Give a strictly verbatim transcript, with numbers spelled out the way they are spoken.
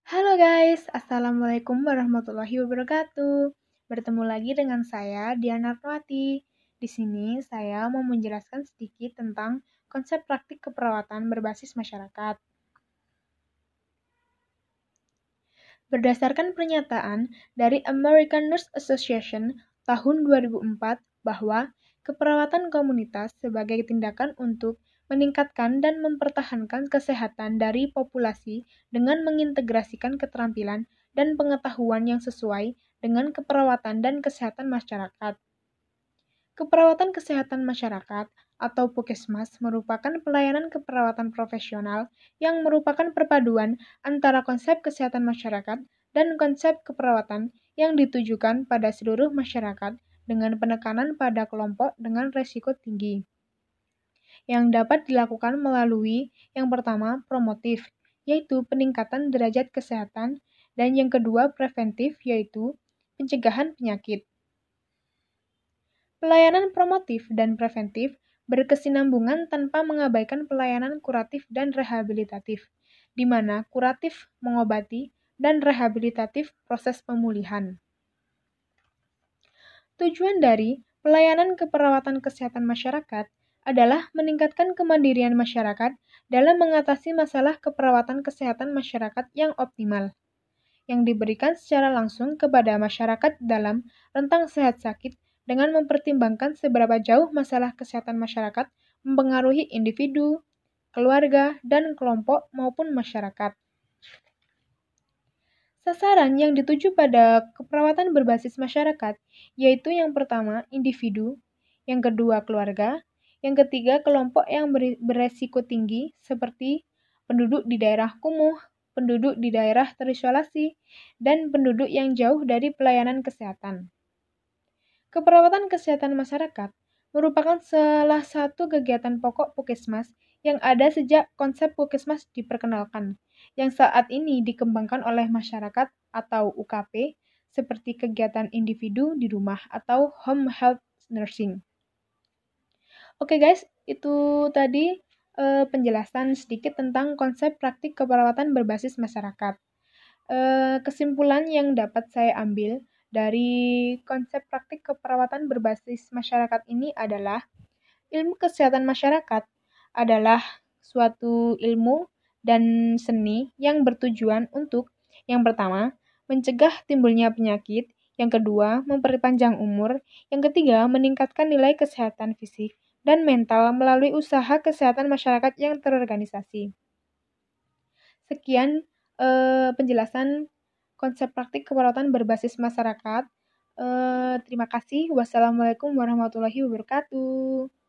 Halo guys, Assalamualaikum warahmatullahi wabarakatuh. Bertemu lagi dengan saya, Diana Ratnawati. Di sini saya mau menjelaskan sedikit tentang konsep praktik keperawatan berbasis masyarakat. Berdasarkan pernyataan dari American Nurse Association tahun dua ribu empat bahwa keperawatan komunitas sebagai tindakan untuk meningkatkan dan mempertahankan kesehatan dari populasi dengan mengintegrasikan keterampilan dan pengetahuan yang sesuai dengan keperawatan dan kesehatan masyarakat. Keperawatan kesehatan masyarakat atau Puskesmas merupakan pelayanan keperawatan profesional yang merupakan perpaduan antara konsep kesehatan masyarakat dan konsep keperawatan yang ditujukan pada seluruh masyarakat dengan penekanan pada kelompok dengan resiko tinggi. Yang dapat dilakukan melalui yang pertama promotif, yaitu peningkatan derajat kesehatan, dan yang kedua preventif, yaitu pencegahan penyakit. Pelayanan promotif dan preventif berkesinambungan tanpa mengabaikan pelayanan kuratif dan rehabilitatif, di mana kuratif mengobati dan rehabilitatif proses pemulihan. Tujuan dari pelayanan keperawatan kesehatan masyarakat adalah meningkatkan kemandirian masyarakat dalam mengatasi masalah keperawatan kesehatan masyarakat yang optimal, yang diberikan secara langsung kepada masyarakat dalam rentang sehat sakit dengan mempertimbangkan seberapa jauh masalah kesehatan masyarakat mempengaruhi individu, keluarga, dan kelompok maupun masyarakat. Sasaran yang dituju pada keperawatan berbasis masyarakat yaitu yang pertama individu, yang kedua keluarga, yang ketiga kelompok yang beresiko tinggi seperti penduduk di daerah kumuh, penduduk di daerah terisolasi, dan penduduk yang jauh dari pelayanan kesehatan. Keperawatan kesehatan masyarakat merupakan salah satu kegiatan pokok Puskesmas yang ada sejak konsep Puskesmas diperkenalkan, yang saat ini dikembangkan oleh masyarakat atau U K P seperti kegiatan individu di rumah atau home health nursing. Oke guys, itu tadi eh, penjelasan sedikit tentang konsep praktik keperawatan berbasis masyarakat. Eh, kesimpulan yang dapat saya ambil dari konsep praktik keperawatan berbasis masyarakat ini adalah ilmu kesehatan masyarakat adalah suatu ilmu dan seni yang bertujuan untuk yang pertama, mencegah timbulnya penyakit, yang kedua, memperpanjang umur, yang ketiga, meningkatkan nilai kesehatan fisik dan mental melalui usaha kesehatan masyarakat yang terorganisasi. Sekian eh, penjelasan konsep praktik keperawatan berbasis masyarakat. Eh, terima kasih. Wassalamualaikum warahmatullahi wabarakatuh.